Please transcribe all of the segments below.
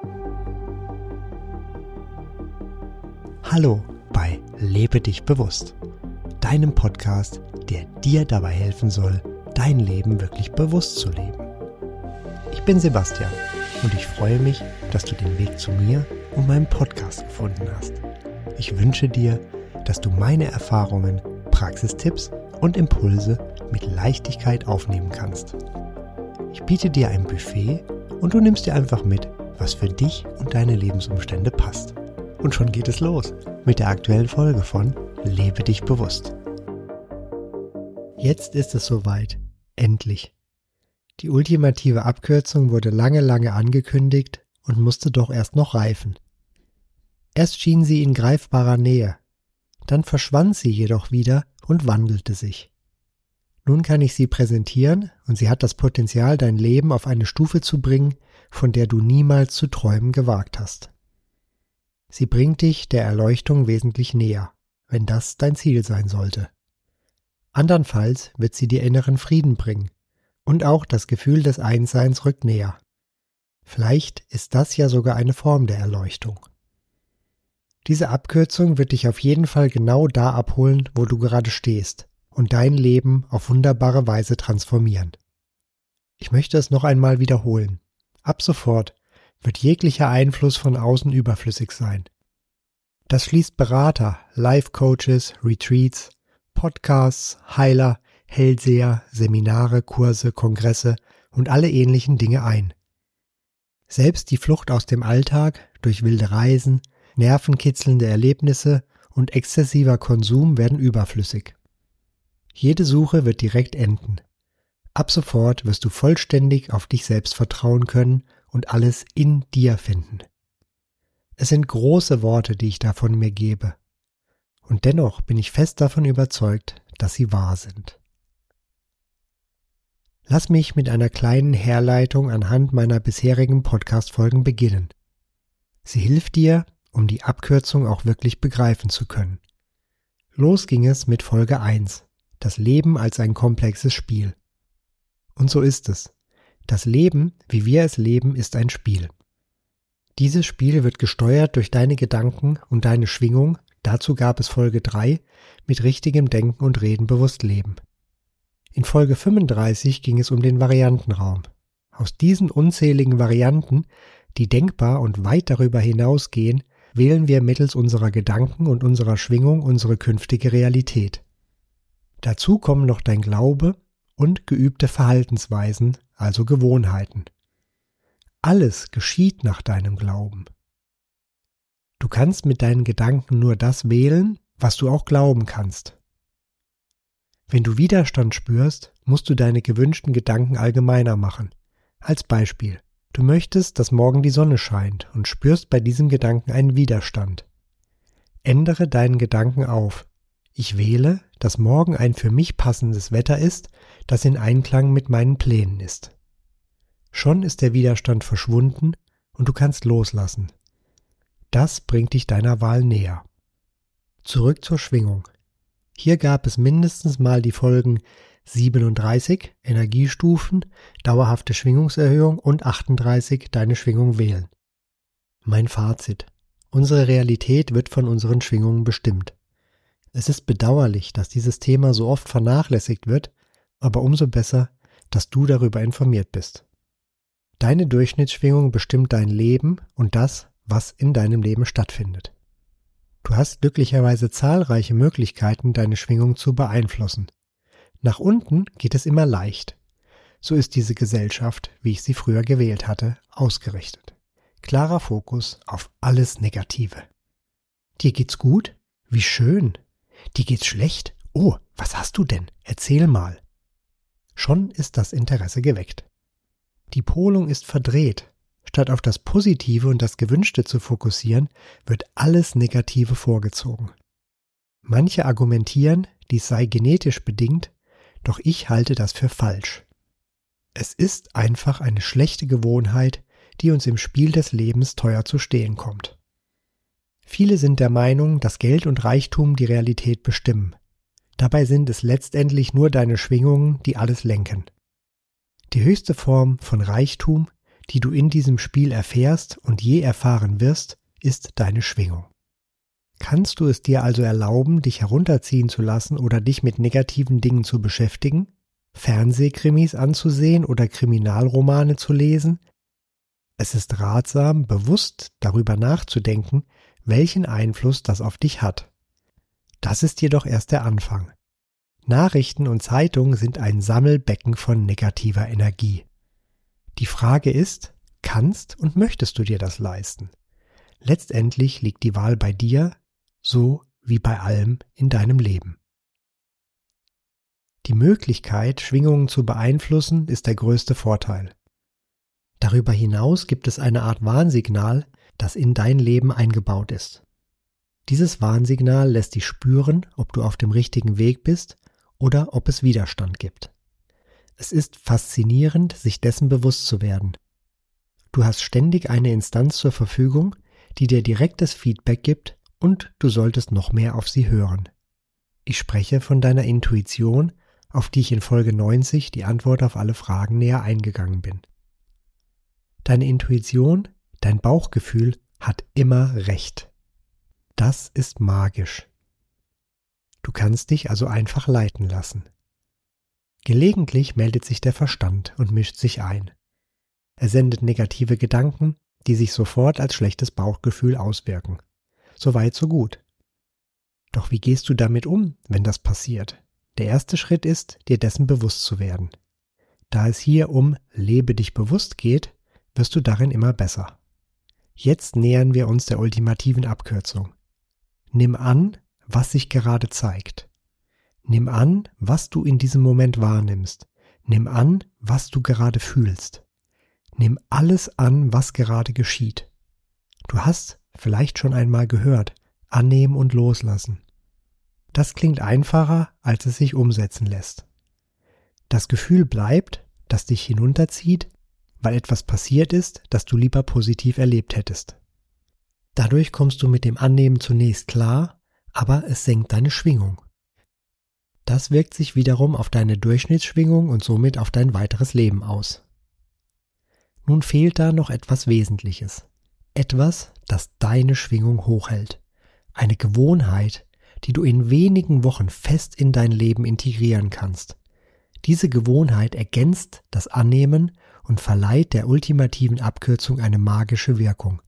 Hallo bei Lebe dich bewusst, deinem Podcast, der dir dabei helfen soll, dein Leben wirklich bewusst zu leben. Ich bin Sebastian und ich freue mich, dass du den Weg zu mir und meinem Podcast gefunden hast. Ich wünsche dir, dass du meine Erfahrungen, Praxistipps und Impulse mit Leichtigkeit aufnehmen kannst. Ich biete dir ein Buffet und du nimmst dir einfach mit, was für dich und deine Lebensumstände passt. Und schon geht es los mit der aktuellen Folge von Lebe dich bewusst. Jetzt ist es soweit. Endlich. Die ultimative Abkürzung wurde lange angekündigt und musste doch erst noch reifen. Erst schien sie in greifbarer Nähe. Dann verschwand sie jedoch wieder und wandelte sich. Nun kann ich sie präsentieren und sie hat das Potenzial, dein Leben auf eine Stufe zu bringen, von der du niemals zu träumen gewagt hast. Sie bringt dich der Erleuchtung wesentlich näher, wenn das dein Ziel sein sollte. Andernfalls wird sie dir inneren Frieden bringen und auch das Gefühl des Einsseins rückt näher. Vielleicht ist das ja sogar eine Form der Erleuchtung. Diese Abkürzung wird dich auf jeden Fall genau da abholen, wo du gerade stehst und dein Leben auf wunderbare Weise transformieren. Ich möchte es noch einmal wiederholen. Ab sofort wird jeglicher Einfluss von außen überflüssig sein. Das schließt Berater, Life-Coaches, Retreats, Podcasts, Heiler, Hellseher, Seminare, Kurse, Kongresse und alle ähnlichen Dinge ein. Selbst die Flucht aus dem Alltag durch wilde Reisen, nervenkitzelnde Erlebnisse und exzessiver Konsum werden überflüssig. Jede Suche wird direkt enden. Ab sofort wirst du vollständig auf dich selbst vertrauen können und alles in dir finden. Es sind große Worte, die ich da von mir gebe. Und dennoch bin ich fest davon überzeugt, dass sie wahr sind. Lass mich mit einer kleinen Herleitung anhand meiner bisherigen Podcast-Folgen beginnen. Sie hilft dir, um die Abkürzung auch wirklich begreifen zu können. Los ging es mit Folge 1, das Leben als ein komplexes Spiel. Und so ist es. Das Leben, wie wir es leben, ist ein Spiel. Dieses Spiel wird gesteuert durch deine Gedanken und deine Schwingung, dazu gab es Folge 3, mit richtigem Denken und Reden bewusst leben. In Folge 35 ging es um den Variantenraum. Aus diesen unzähligen Varianten, die denkbar und weit darüber hinausgehen, wählen wir mittels unserer Gedanken und unserer Schwingung unsere künftige Realität. Dazu kommen noch dein Glaube und geübte Verhaltensweisen, also Gewohnheiten. Alles geschieht nach deinem Glauben. Du kannst mit deinen Gedanken nur das wählen, was du auch glauben kannst. Wenn du Widerstand spürst, musst du deine gewünschten Gedanken allgemeiner machen. Als Beispiel, du möchtest, dass morgen die Sonne scheint und spürst bei diesem Gedanken einen Widerstand. Ändere deinen Gedanken auf. Ich wähle, dass morgen ein für mich passendes Wetter ist, das in Einklang mit meinen Plänen ist. Schon ist der Widerstand verschwunden und du kannst loslassen. Das bringt dich deiner Wahl näher. Zurück zur Schwingung. Hier gab es mindestens mal die Folgen 37, Energiestufen, dauerhafte Schwingungserhöhung und 38, deine Schwingung wählen. Mein Fazit. Unsere Realität wird von unseren Schwingungen bestimmt. Es ist bedauerlich, dass dieses Thema so oft vernachlässigt wird, aber umso besser, dass du darüber informiert bist. Deine Durchschnittsschwingung bestimmt dein Leben und das, was in deinem Leben stattfindet. Du hast glücklicherweise zahlreiche Möglichkeiten, deine Schwingung zu beeinflussen. Nach unten geht es immer leicht. So ist diese Gesellschaft, wie ich sie früher gewählt hatte, ausgerichtet. Klarer Fokus auf alles Negative. Dir geht's gut? Wie schön! Dir geht's schlecht? Oh, was hast du denn? Erzähl mal. Schon ist das Interesse geweckt. Die Polung ist verdreht. Statt auf das Positive und das Gewünschte zu fokussieren, wird alles Negative vorgezogen. Manche argumentieren, dies sei genetisch bedingt, doch ich halte das für falsch. Es ist einfach eine schlechte Gewohnheit, die uns im Spiel des Lebens teuer zu stehen kommt. Viele sind der Meinung, dass Geld und Reichtum die Realität bestimmen. Dabei sind es letztendlich nur deine Schwingungen, die alles lenken. Die höchste Form von Reichtum, die du in diesem Spiel erfährst und je erfahren wirst, ist deine Schwingung. Kannst du es dir also erlauben, dich herunterziehen zu lassen oder dich mit negativen Dingen zu beschäftigen, Fernsehkrimis anzusehen oder Kriminalromane zu lesen? Es ist ratsam, bewusst darüber nachzudenken, welchen Einfluss das auf dich hat. Das ist jedoch erst der Anfang. Nachrichten und Zeitungen sind ein Sammelbecken von negativer Energie. Die Frage ist, kannst und möchtest du dir das leisten? Letztendlich liegt die Wahl bei dir, so wie bei allem in deinem Leben. Die Möglichkeit, Schwingungen zu beeinflussen, ist der größte Vorteil. Darüber hinaus gibt es eine Art Warnsignal, das in dein Leben eingebaut ist. Dieses Warnsignal lässt dich spüren, ob du auf dem richtigen Weg bist oder ob es Widerstand gibt. Es ist faszinierend, sich dessen bewusst zu werden. Du hast ständig eine Instanz zur Verfügung, die dir direktes Feedback gibt und du solltest noch mehr auf sie hören. Ich spreche von deiner Intuition, auf die ich in Folge 90 die Antwort auf alle Fragen näher eingegangen bin. Deine Intuition, dein Bauchgefühl hat immer recht. Das ist magisch. Du kannst dich also einfach leiten lassen. Gelegentlich meldet sich der Verstand und mischt sich ein. Er sendet negative Gedanken, die sich sofort als schlechtes Bauchgefühl auswirken. So weit, so gut. Doch wie gehst du damit um, wenn das passiert? Der erste Schritt ist, dir dessen bewusst zu werden. Da es hier um Lebe dich bewusst geht, wirst du darin immer besser. Jetzt nähern wir uns der ultimativen Abkürzung. Nimm an, was sich gerade zeigt. Nimm an, was du in diesem Moment wahrnimmst. Nimm an, was du gerade fühlst. Nimm alles an, was gerade geschieht. Du hast vielleicht schon einmal gehört, annehmen und loslassen. Das klingt einfacher, als es sich umsetzen lässt. Das Gefühl bleibt, das dich hinunterzieht, weil etwas passiert ist, das du lieber positiv erlebt hättest. Dadurch kommst du mit dem Annehmen zunächst klar, aber es senkt deine Schwingung. Das wirkt sich wiederum auf deine Durchschnittsschwingung und somit auf dein weiteres Leben aus. Nun fehlt da noch etwas Wesentliches. Etwas, das deine Schwingung hochhält. Eine Gewohnheit, die du in wenigen Wochen fest in dein Leben integrieren kannst. Diese Gewohnheit ergänzt das Annehmen und verleiht der ultimativen Abkürzung eine magische Wirkung.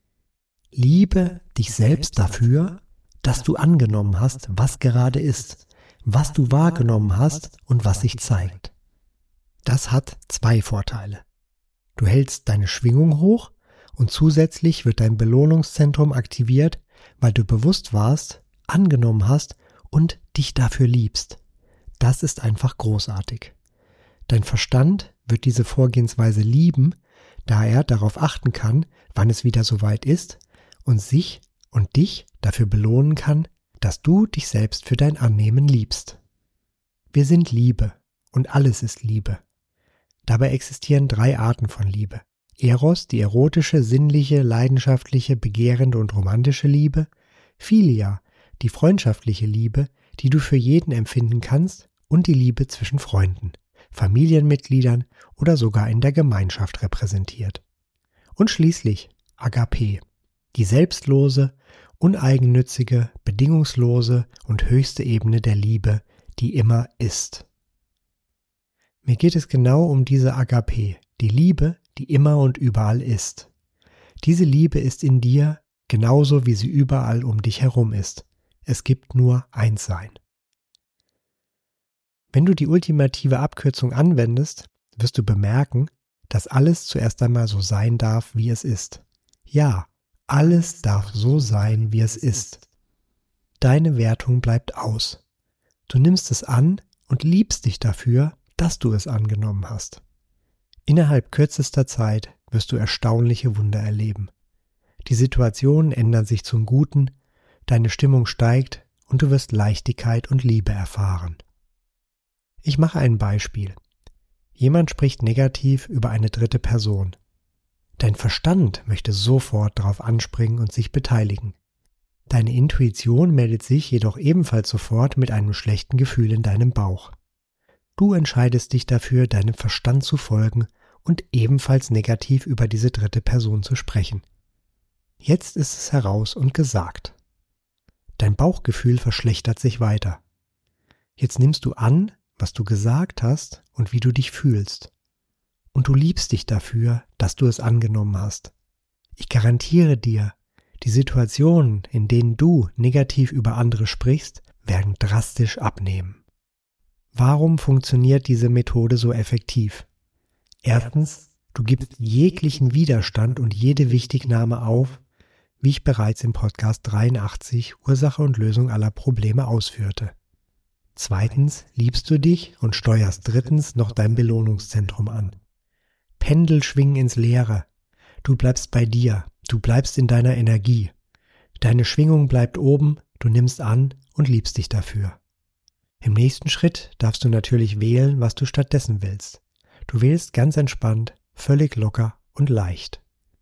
Liebe dich selbst dafür, dass du angenommen hast, was gerade ist, was du wahrgenommen hast und was sich zeigt. Das hat zwei Vorteile. Du hältst deine Schwingung hoch und zusätzlich wird dein Belohnungszentrum aktiviert, weil du bewusst warst, angenommen hast und dich dafür liebst. Das ist einfach großartig. Dein Verstand wird diese Vorgehensweise lieben, da er darauf achten kann, wann es wieder soweit ist und sich und dich dafür belohnen kann, dass du dich selbst für dein Annehmen liebst. Wir sind Liebe und alles ist Liebe. Dabei existieren 3 Arten von Liebe. Eros, die erotische, sinnliche, leidenschaftliche, begehrende und romantische Liebe. Philia, die freundschaftliche Liebe, die du für jeden empfinden kannst, und die Liebe zwischen Freunden, Familienmitgliedern oder sogar in der Gemeinschaft repräsentiert. Und schließlich Agape, die selbstlose, uneigennützige, bedingungslose und höchste Ebene der Liebe, die immer ist. Mir geht es genau um diese Agape, die Liebe, die immer und überall ist. Diese Liebe ist in dir, genauso wie sie überall um dich herum ist. Es gibt nur Einssein. Wenn du die ultimative Abkürzung anwendest, wirst du bemerken, dass alles zuerst einmal so sein darf, wie es ist. Ja, alles darf so sein, wie es ist. Deine Wertung bleibt aus. Du nimmst es an und liebst dich dafür, dass du es angenommen hast. Innerhalb kürzester Zeit wirst du erstaunliche Wunder erleben. Die Situationen ändern sich zum Guten, deine Stimmung steigt und du wirst Leichtigkeit und Liebe erfahren. Ich mache ein Beispiel. Jemand spricht negativ über eine dritte Person. Dein Verstand möchte sofort darauf anspringen und sich beteiligen. Deine Intuition meldet sich jedoch ebenfalls sofort mit einem schlechten Gefühl in deinem Bauch. Du entscheidest dich dafür, deinem Verstand zu folgen und ebenfalls negativ über diese dritte Person zu sprechen. Jetzt ist es heraus und gesagt. Dein Bauchgefühl verschlechtert sich weiter. Jetzt nimmst du an, was du gesagt hast und wie du dich fühlst. Und du liebst dich dafür, dass du es angenommen hast. Ich garantiere dir, die Situationen, in denen du negativ über andere sprichst, werden drastisch abnehmen. Warum funktioniert diese Methode so effektiv? Erstens, du gibst jeglichen Widerstand und jede Wichtignahme auf, wie ich bereits im Podcast 83 Ursache und Lösung aller Probleme ausführte. Zweitens, liebst du dich und steuerst drittens noch dein Belohnungszentrum an. Pendel schwingen ins Leere. Du bleibst bei dir, du bleibst in deiner Energie. Deine Schwingung bleibt oben, du nimmst an und liebst dich dafür. Im nächsten Schritt darfst du natürlich wählen, was du stattdessen willst. Du wählst ganz entspannt, völlig locker und leicht.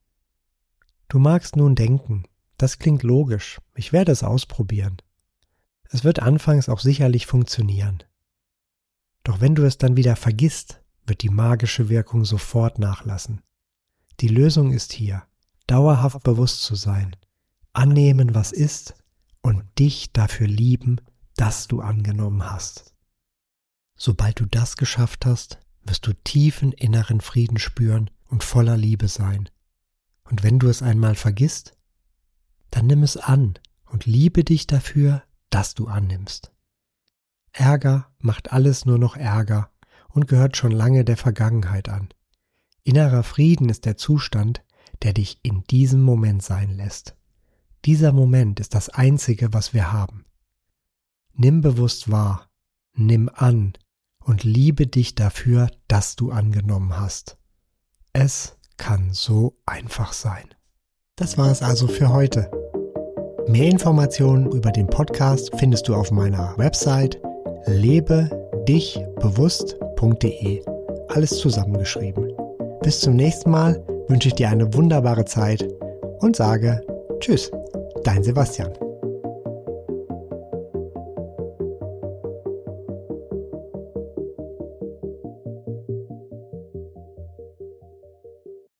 Du magst nun denken, das klingt logisch, ich werde es ausprobieren. Es wird anfangs auch sicherlich funktionieren. Doch wenn du es dann wieder vergisst, wird die magische Wirkung sofort nachlassen. Die Lösung ist hier, dauerhaft bewusst zu sein, annehmen, was ist und dich dafür lieben, dass du angenommen hast. Sobald du das geschafft hast, wirst du tiefen inneren Frieden spüren und voller Liebe sein. Und wenn du es einmal vergisst, dann nimm es an und liebe dich dafür, dass du annimmst. Ärger macht alles nur noch Ärger und gehört schon lange der Vergangenheit an. Innerer Frieden ist der Zustand, der dich in diesem Moment sein lässt. Dieser Moment ist das Einzige, was wir haben. Nimm bewusst wahr, nimm an und liebe dich dafür, dass du angenommen hast. Es kann so einfach sein. Das war es also für heute. Mehr Informationen über den Podcast findest du auf meiner Website lebedichbewusst.de. Alles zusammengeschrieben. Bis zum nächsten Mal wünsche ich dir eine wunderbare Zeit und sage Tschüss, dein Sebastian.